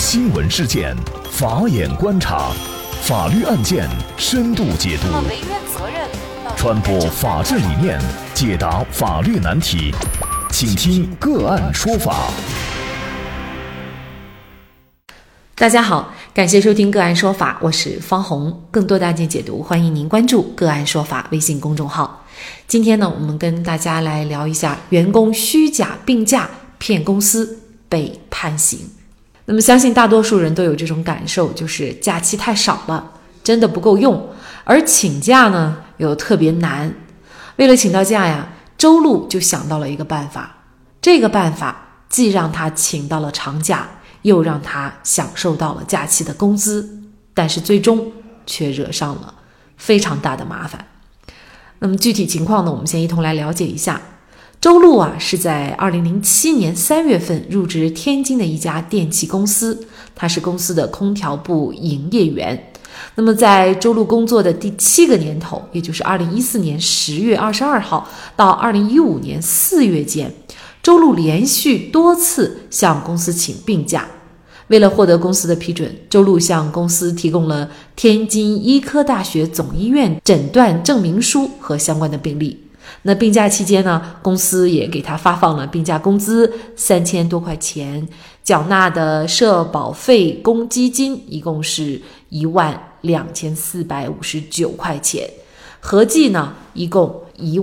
新闻事件，法眼观察，法律案件深度解读，传播法治理念，解答法律难题，请听个案说法。 大家好，感谢收听个案说法，我是方红。更多的案件解读，欢迎您关注个案说法微信公众号。今天呢，我们跟大家来聊一下员工虚假病假骗公司被判刑。那么相信大多数人都有这种感受，就是假期太少了，真的不够用，而请假呢又特别难。为了请到假呀，周璐就想到了一个办法，这个办法既让他请到了长假，又让他享受到了假期的工资，但是最终却惹上了非常大的麻烦。那么具体情况呢，我们先一同来了解一下。周璐是在2007年3月份入职天津的一家电器公司，他是公司的空调部营业员。那么在周璐工作的第7个年头，也就是2014年10月22号到2015年4月间，周璐连续多次向公司请病假。为了获得公司的批准，周璐向公司提供了天津医科大学总医院诊断证明书和相关的病历。那病假期间呢，公司也给他发放了病假工资3000多块钱，缴纳的社保费公积金一共是12459块钱，合计呢一共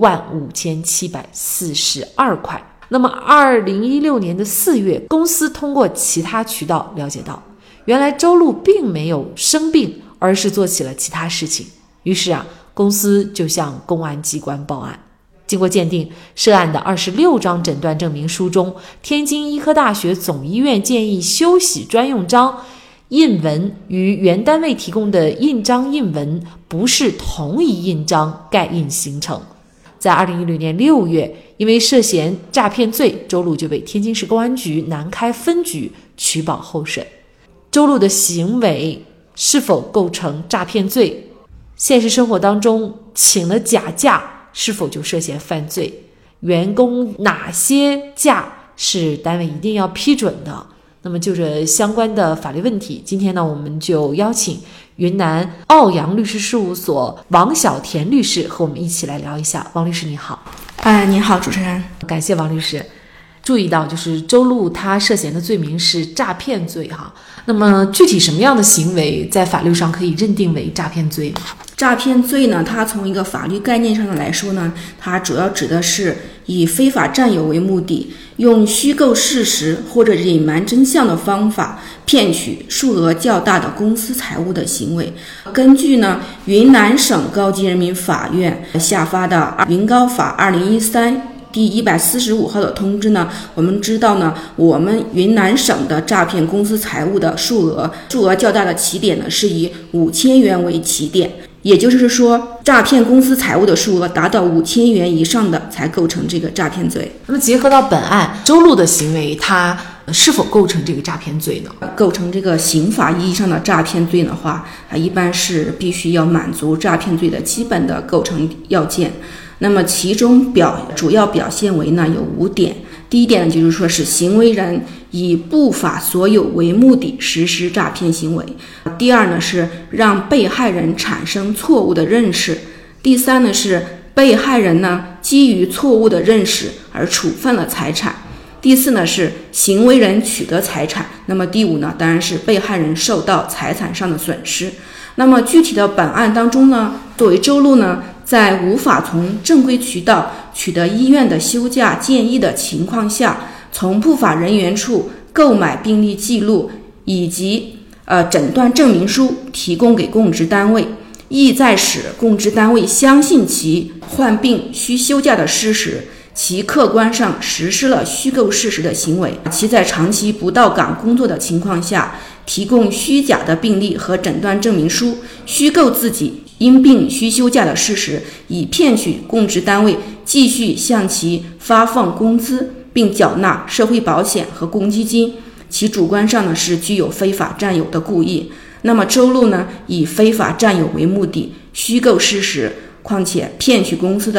15742块。那么2016年的4月，公司通过其他渠道了解到，原来周璐并没有生病，而是做起了其他事情。于是公司就向公安机关报案。经过鉴定，涉案的26张诊断证明书中，天津医科大学总医院建议休息专用章印文与原单位提供的印章印文不是同一印章盖印形成。在2016年6月，因为涉嫌诈骗罪，周璐就被天津市公安局南开分局取保候审。周璐的行为是否构成诈骗罪？现实生活当中请了假假是否就涉嫌犯罪？员工哪些假是单位一定要批准的？那么就这相关的法律问题，今天呢，我们就邀请云南奥阳律师事务所王小田律师和我们一起来聊一下。王律师你好。 您好，主持人。 感谢王律师。注意到就是周璐他涉嫌的罪名是诈骗罪那么具体什么样的行为在法律上可以认定为诈骗罪呢？ 诈骗罪呢，它从一个法律概念上来说呢，它主要指的是以非法占有为目的，用虚构事实或者隐瞒真相的方法骗取数额较大的公私财物的行为。根据呢云南省高级人民法院下发的《云高法2013第145号的通知呢，我们知道呢，我们云南省的诈骗公私财物的数额较大的起点呢，是以5000元为起点，也就是说，诈骗公私财物的数额达到5000元以上的才构成这个诈骗罪。 那么结合到本案，周璐的行为，他是否构成这个诈骗罪呢？ 构成这个刑法意义上的诈骗罪的话，一般是必须要满足诈骗罪的基本的构成要件。那么其中主要表现为呢有5点。第一点呢，就是说是行为人以不法所有为目的实施诈骗行为。第二呢，是让被害人产生错误的认识。第三呢，是被害人呢基于错误的认识而处分了财产。第四呢，是行为人取得财产。那么第五呢，当然是被害人受到财产上的损失。那么具体的本案当中呢，作为周璐呢，在无法从正规渠道取得医院的休假建议的情况下，从不法人员处购买病历记录以及诊断证明书提供给供职单位，意在使供职单位相信其患病需休假的事实，其客观上实施了虚构事实的行为。其在长期不到岗工作的情况下，提供虚假的病历和诊断证明书，虚构自己因病需休假的事实，以骗取供职单位继续向其发放工资，并缴纳社会保险和公积金。其主观上呢是具有非法占有的故意。那么周璐呢以非法占有为目的，虚构事实，况且骗取公司的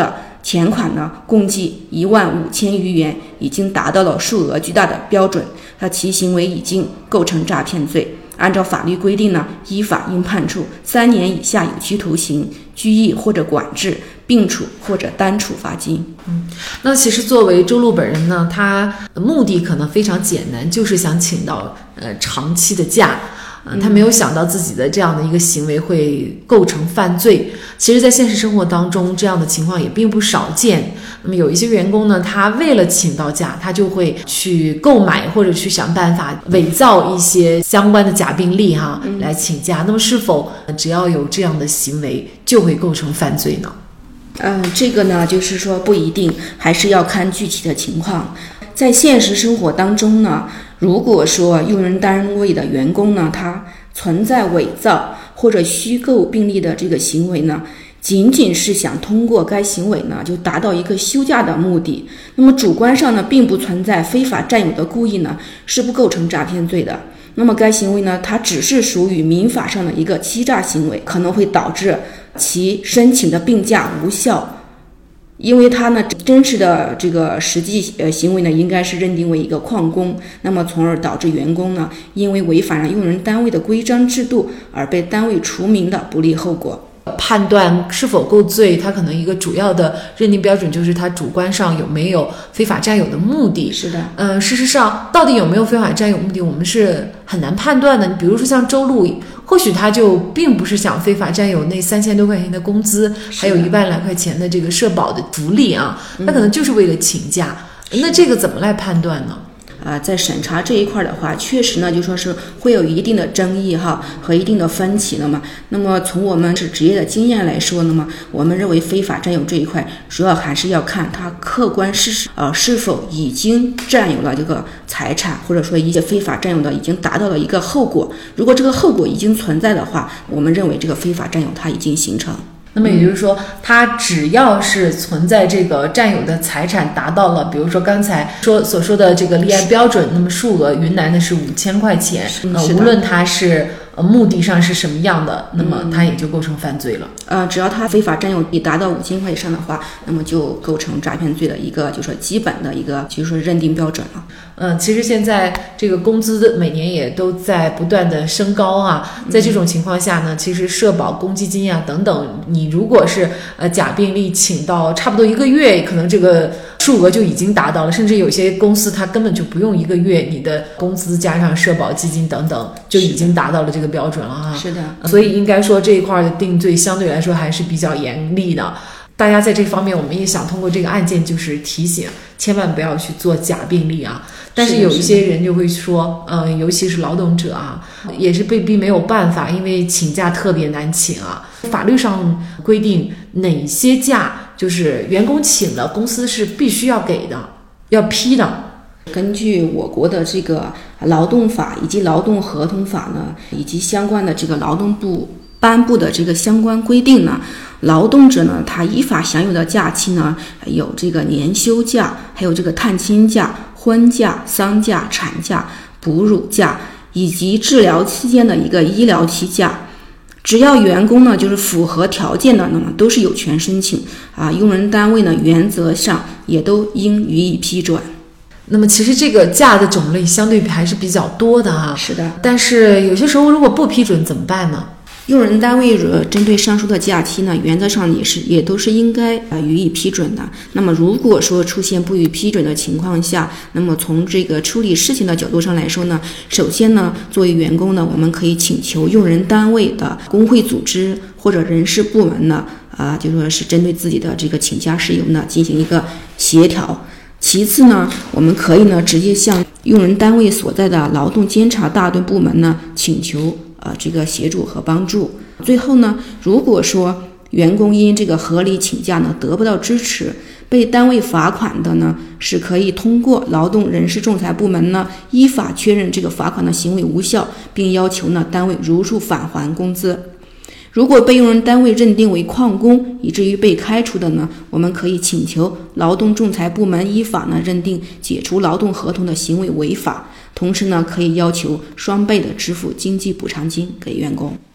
钱款呢共计15000余元，已经达到了数额巨大的标准，其行为已经构成诈骗罪。按照法律规定呢，依法应判处3年以下有期徒刑、拘役或者管制，并处或者单处罚金。 那其实作为周璐本人呢，他目的可能非常简单，就是想请到长期的假。他没有想到自己的这样的一个行为会构成犯罪。其实在现实生活当中，这样的情况也并不少见。那么有一些员工呢，他为了请到假，他就会去购买或者去想办法伪造一些相关的假病历来请假。那么是否只要有这样的行为就会构成犯罪呢？ 这个呢就是说不一定，还是要看具体的情况。在现实生活当中呢，如果说用人单位的员工呢，他存在伪造或者虚构病历的这个行为呢，仅仅是想通过该行为呢就达到一个休假的目的，那么主观上呢并不存在非法占有的故意呢，是不构成诈骗罪的。那么该行为呢，它只是属于民法上的一个欺诈行为，可能会导致其申请的病假无效，因为他呢真实的这个实际行为呢应该是认定为一个旷工，那么从而导致员工呢因为违反了用人单位的规章制度而被单位除名的不利后果。 判断是否构罪，它可能一个主要的认定标准就是他主观上有没有非法占有的目的。 是的， 事实上到底有没有非法占有目的，我们是很难判断的。你比如说像周璐，或许他就并不是想非法占有那3000多块钱的工资，还有1万来块钱的这个社保的福利啊，他可能就是为了请假。那这个怎么来判断呢？ 在审查这一块的话，确实呢就说是会有一定的争议和一定的分歧的嘛。那么从我们是职业的经验来说呢，我们认为非法占有这一块主要还是要看它客观事实是否已经占有了这个财产，或者说一些非法占有的已经达到了一个后果。如果这个后果已经存在的话，我们认为这个非法占有它已经形成。 那么也就是说，他只要是存在这个占有的财产达到了，比如说刚才所说的这个立案标准，那么数额云南的是5000块钱，无论他是目的上是什么样的，那么他也就构成犯罪了。 只要他非法占有比达到5000块以上的话，那么就构成诈骗罪的一个就是说基本的一个就是说认定标准了。 其实现在这个工资每年也都在不断的升高啊，在这种情况下呢，其实社保、公积金啊等等，你如果是假病历请到差不多1个月，可能这个数额就已经达到了，甚至有些公司它根本就不用1个月，你的工资加上社保、基金等等就已经达到了这个标准了哈。 是的， 所以应该说这一块的定罪相对来说还是比较严厉的。大家在这方面，我们也想通过这个案件就是提醒，千万不要去做假病历啊。但是有一些人就会说，尤其是劳动者啊，也是被逼没有办法，因为请假特别难请啊。法律上规定哪些假就是员工请了，公司是必须要给的，要批的。 根据我国的这个劳动法以及劳动合同法呢，以及相关的这个劳动部颁布的这个相关规定呢，劳动者呢他依法享有的假期呢有这个年休假，还有这个探亲假、婚假、丧假、产假、哺乳假以及治疗期间的一个医疗期假。只要员工呢就是符合条件的，那么都是有权申请用人单位呢原则上也都应予以批准。 那么其实这个假的种类相对还是比较多的哈。 是的， 但是有些时候如果不批准怎么办呢？ 用人单位针对上述的假期呢，原则上也都是应该予以批准的。那么如果说出现不予批准的情况下，那么从这个处理事情的角度上来说呢，首先呢，作为员工呢，我们可以请求用人单位的工会组织或者人事部门呢，就说是针对自己的这个请假事由呢进行一个协调。其次呢，我们可以呢直接向用人单位所在的劳动监察大队部门呢请求这个协助和帮助。最后呢，如果说员工因这个合理请假呢得不到支持，被单位罚款的呢，是可以通过劳动人事仲裁部门呢依法确认这个罚款的行为无效，并要求呢单位如数返还工资。如果被用人单位认定为旷工以至于被开除的呢，我们可以请求劳动仲裁部门依法呢认定解除劳动合同的行为违法，同时呢可以要求双倍的支付经济补偿金给员工。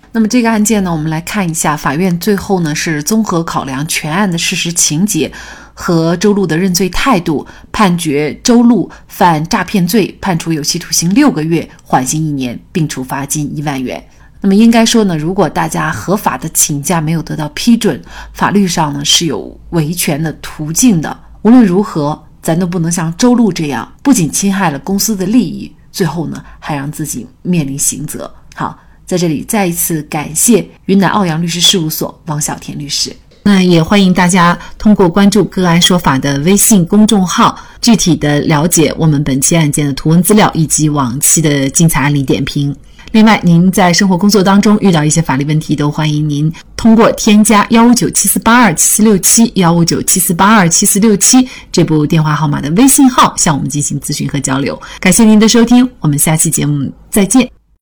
那么这个案件呢，我们来看一下，法院最后呢是综合考量全案的事实情节和周璐的认罪态度，判决周璐犯诈骗罪，判处有期徒刑6个月，缓刑1年，并处罚金1万元。那么应该说呢，如果大家合法的请假没有得到批准，法律上呢是有维权的途径的。无论如何，咱都不能像周璐这样，不仅侵害了公司的利益，最后呢还让自己面临刑责。好，在这里再一次感谢云南奥阳律师事务所王小田律师。那也欢迎大家通过关注个案说法的微信公众号，具体的了解我们本期案件的图文资料以及往期的精彩案例点评。另外，您在生活工作当中遇到一些法律问题，都欢迎您通过添加15974827467 15974827467这部电话号码的微信号向我们进行咨询和交流。感谢您的收听，我们下期节目再见。